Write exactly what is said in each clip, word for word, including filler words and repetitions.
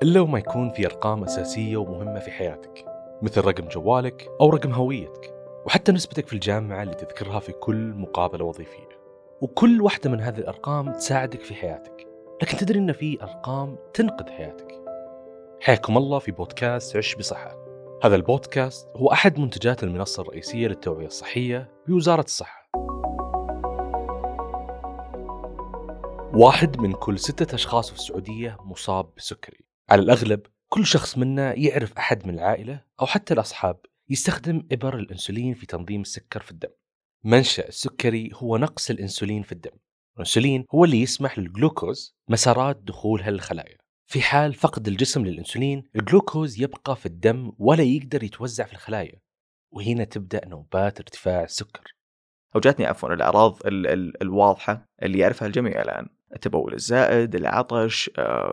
إلا وما يكون في أرقام أساسية ومهمة في حياتك، مثل رقم جوالك أو رقم هويتك، وحتى نسبتك في الجامعة اللي تذكرها في كل مقابلة وظيفية. وكل واحدة من هذه الأرقام تساعدك في حياتك، لكن تدري إن في أرقام تنقذ حياتك. حياكم الله في بودكاست عش بصحة. هذا البودكاست هو أحد منتجات المنصة الرئيسية للتوعية الصحية بوزارة الصحة. واحد من كل ستة أشخاص في السعودية مصاب بالسكري. على الأغلب كل شخص منا يعرف أحد من العائلة أو حتى الأصحاب يستخدم إبر الأنسولين في تنظيم السكر في الدم. منشأ السكري هو نقص الأنسولين في الدم. الأنسولين هو اللي يسمح للجلوكوز مسارات دخولها للخلايا. في حال فقد الجسم للأنسولين، الجلوكوز يبقى في الدم ولا يقدر يتوزع في الخلايا، وهنا تبدأ نوبات ارتفاع السكر. أو جاتني عفوا الأعراض ال- ال- الواضحة اللي يعرفها الجميع الآن: التبول الزائد، العطش،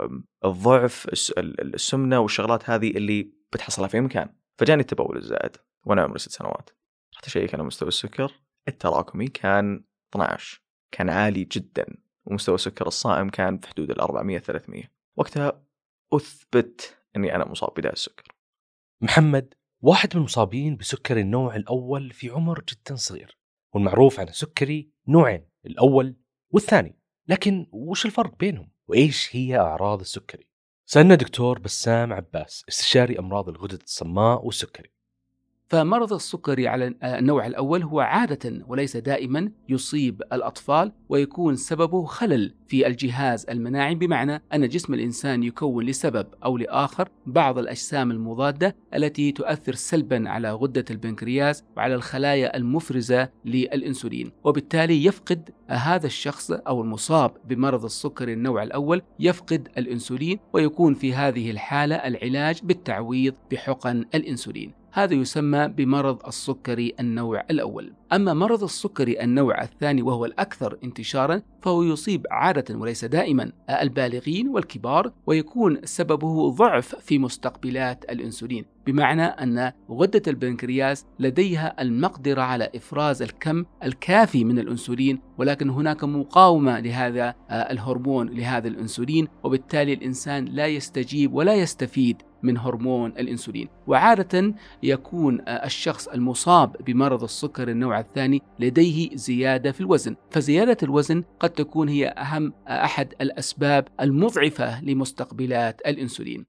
الضعف، السمنة والشغلات هذه اللي بتحصلها في مكان. فجاني التبول الزائد وأنا عمري ست سنوات. رحت أشيك على مستوى السكر التراكمي، كان اثنا عشر، كان عالي جدا، ومستوى السكر الصائم كان في حدود الأربعمية ثلاثمية. وقتها أثبت أني أنا مصاب بداء السكر. محمد واحد من المصابين بسكر النوع الأول في عمر جدا صغير، والمعروف عن السكري نوعين، الأول والثاني. لكن وش الفرق بينهم؟ وإيش هي أعراض السكري؟ سألنا دكتور بسام عباس، استشاري أمراض الغدد الصماء والسكري. فمرض السكري على النوع الأول هو عادة وليس دائما يصيب الأطفال، ويكون سببه خلل في الجهاز المناعي، بمعنى أن جسم الإنسان يكون لسبب أو لآخر بعض الأجسام المضادة التي تؤثر سلبا على غدة البنكرياس وعلى الخلايا المفرزة للأنسولين، وبالتالي يفقد هذا الشخص أو المصاب بمرض السكري النوع الأول يفقد الأنسولين، ويكون في هذه الحالة العلاج بالتعويض بحقن الأنسولين. هذا يسمى بمرض السكري النوع الأول. أما مرض السكري النوع الثاني وهو الأكثر انتشارا، فهو يصيب عادة وليس دائما البالغين والكبار، ويكون سببه ضعف في مستقبلات الأنسولين، بمعنى أن غدة البنكرياس لديها المقدرة على إفراز الكم الكافي من الأنسولين، ولكن هناك مقاومة لهذا الهرمون لهذا الأنسولين، وبالتالي الإنسان لا يستجيب ولا يستفيد من هرمون الأنسولين. وعادة يكون الشخص المصاب بمرض السكر النوع الثاني لديه زيادة في الوزن، فزيادة الوزن قد تكون هي أهم أحد الأسباب المضعفة لمستقبلات الأنسولين.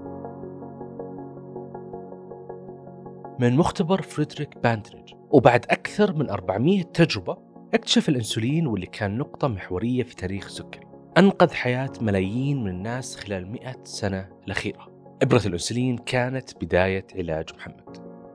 من مختبر فريدريك باندريج، وبعد أكثر من أربعمية تجربة، اكتشف الأنسولين، واللي كان نقطة محورية في تاريخ السكري، أنقذ حياة ملايين من الناس خلال مئة سنة الأخيرة. إبرة الأنسولين كانت بداية علاج محمد.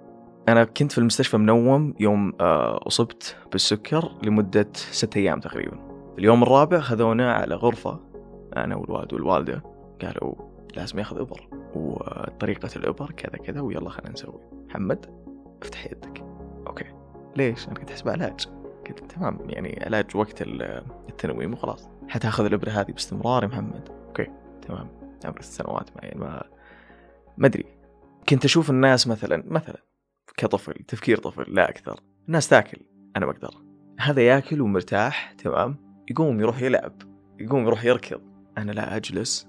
أنا كنت في المستشفى منوم يوم أصبت بالسكر لمدة ستة أيام تقريبا. اليوم الرابع خذونا على غرفة، أنا والوالد والوالدة، قالوا لازم ياخذ إبر، وطريقة الإبر كذا كذا، ويلا خلينا نسوي. محمد افتح يدك. أوكي ليش؟ أنا كنت أحسب علاج. قلت تمام، يعني علاج وقت التنويم وخلاص. حتاخذ الإبرة هذه باستمرار يا محمد؟ أوكي تمام. عمر السنوات ما يعني ما ما أدري. كنت أشوف الناس مثلا مثلا كطفل، تفكير طفل لا أكثر، الناس تأكل، أنا بقدر. هذا يأكل ومرتاح تمام، يقوم يروح يلعب، يقوم يروح يركض، أنا لا أجلس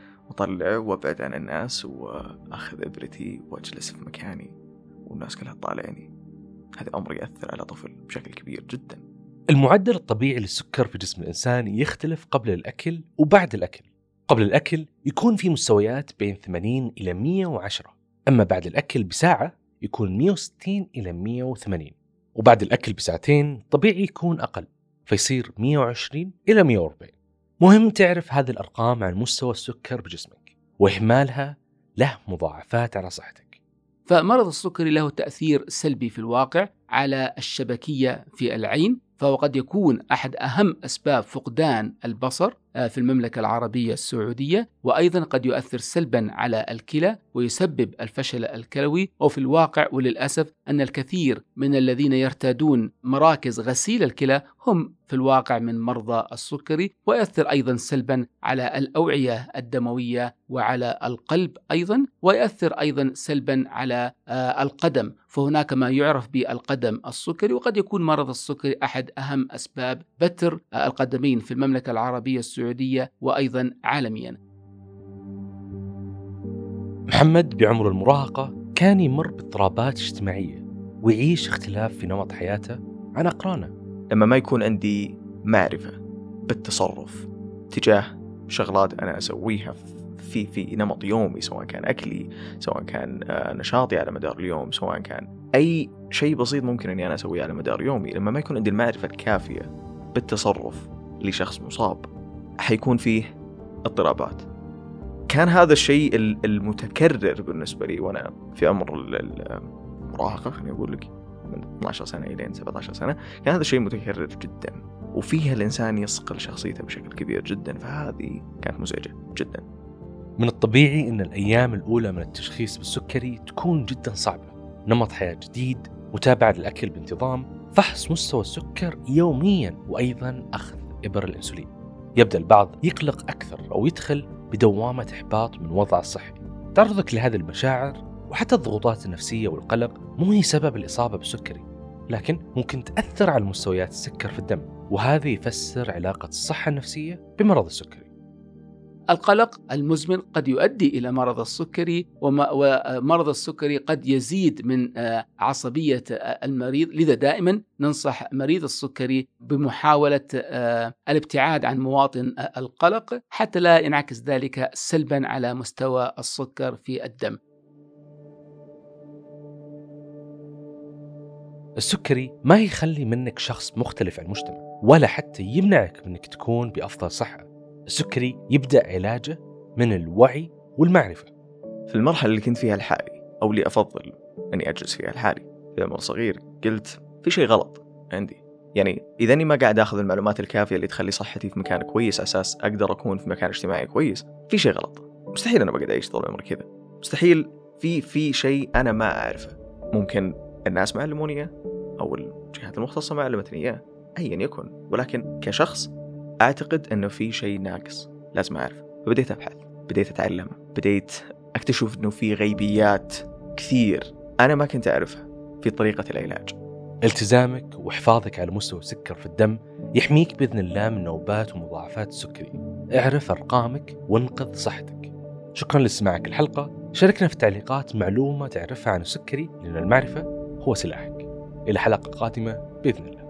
وطلع وابعد عن الناس وأخذ إبرتي وأجلس في مكاني والناس كلها طالعني. هذا أمر يأثر على طفل بشكل كبير جدا. المعدل الطبيعي للسكر في جسم الإنسان يختلف قبل الأكل وبعد الأكل. قبل الأكل يكون في مستويات بين ثمانين إلى مئة وعشرة، أما بعد الأكل بساعة يكون مئة وستين إلى مئة وثمانين، وبعد الأكل بساعتين طبيعي يكون أقل، فيصير مئة وعشرين إلى مئة وأربعين. مهم تعرف هذه الأرقام عن مستوى السكر بجسمك، وإهمالها له مضاعفات على صحتك. فمرض السكري له تأثير سلبي في الواقع على الشبكية في العين، فهو قد يكون أحد أهم أسباب فقدان البصر في المملكة العربية السعودية، وأيضا قد يؤثر سلبا على الكلى ويسبب الفشل الكلوي. وفي الواقع وللأسف أن الكثير من الذين يرتادون مراكز غسيل الكلى هم في الواقع من مرضى السكري، ويؤثر أيضا سلبا على الأوعية الدموية وعلى القلب أيضا، ويؤثر أيضا سلبا على القدم، فهناك ما يعرف بالقدم السكري، وقد يكون مرض السكري أحد أهم أسباب بتر القدمين في المملكة العربية السعودية وأيضا عالميا. محمد بعمر المراهقة كان يمر باضطرابات اجتماعية ويعيش اختلاف في نمط حياته عن أقرانه. لما ما يكون عندي معرفة بالتصرف تجاه شغلات أنا أسويها في في نمط يومي، سواء كان أكلي، سواء كان نشاطي على مدار اليوم، سواء كان أي شيء بسيط ممكن أني أنا أسويه على مدار يومي، لما ما يكون عندي المعرفة الكافية بالتصرف لشخص مصاب حيكون فيه اضطرابات. كان هذا الشيء المتكرر بالنسبة لي وأنا في عمر المراهقة، خليني أقول لك من اثنتي عشرة سنة إلى سبعة عشر سنة، كان هذا الشيء متكرر جدا، وفيها الإنسان يصقل شخصيته بشكل كبير جدا، فهذه كانت مزعجة جدا. من الطبيعي أن الأيام الأولى من التشخيص بالسكري تكون جدا صعبة. نمط حياة جديد، متابعة الأكل بانتظام، فحص مستوى السكر يوميا، وأيضا أخذ إبر الأنسولين. يبدأ البعض يقلق أكثر أو يدخل بدوامة إحباط من وضع الصحي. تعرضك لهذه المشاعر وحتى الضغوطات النفسية والقلق مو هي سبب الإصابة بالسكري، لكن ممكن تأثر على مستويات السكر في الدم، وهذا يفسر علاقة الصحة النفسية بمرض السكري. القلق المزمن قد يؤدي إلى مرض السكري، ومرض السكري قد يزيد من عصبية المريض، لذا دائما ننصح مريض السكري بمحاولة الابتعاد عن مواطن القلق حتى لا ينعكس ذلك سلبا على مستوى السكر في الدم. السكري ما يخلي منك شخص مختلف عن المجتمع، ولا حتى يمنعك منك تكون بأفضل صحة. السكري يبدأ علاجه من الوعي والمعرفة. في المرحلة اللي كنت فيها الحالي، أو اللي أفضل أني أجلس فيها الحالي، في عمر صغير، قلت في شيء غلط عندي. يعني إذا أني ما قاعد أخذ المعلومات الكافية اللي تخلي صحتي في مكان كويس أساس أقدر أكون في مكان اجتماعي كويس، في شيء غلط. مستحيل أنا بقعد أعيش طول عمري كذا، مستحيل. في في شيء أنا ما أعرفه. ممكن الناس ما علموني إياه، أو الجهات المختصة ما علمتني إياه، أيا يكن، ولكن كشخص أعتقد أنه في شيء ناقص لازم أعرفه. فبديت أبحث، بديت أتعلم، بديت أكتشف أنه في غيبيات كثير أنا ما كنت أعرفها في طريقة العلاج. التزامك وحفاظك على مستوى السكر في الدم يحميك بإذن الله من نوبات ومضاعفات السكري. اعرف أرقامك وانقذ صحتك. شكرا لاستماعك الحلقة. شاركنا في التعليقات معلومة تعرفها عن السكري، لأن المعرفة هو سلاحك. إلى حلقة قادمة بإذن الله.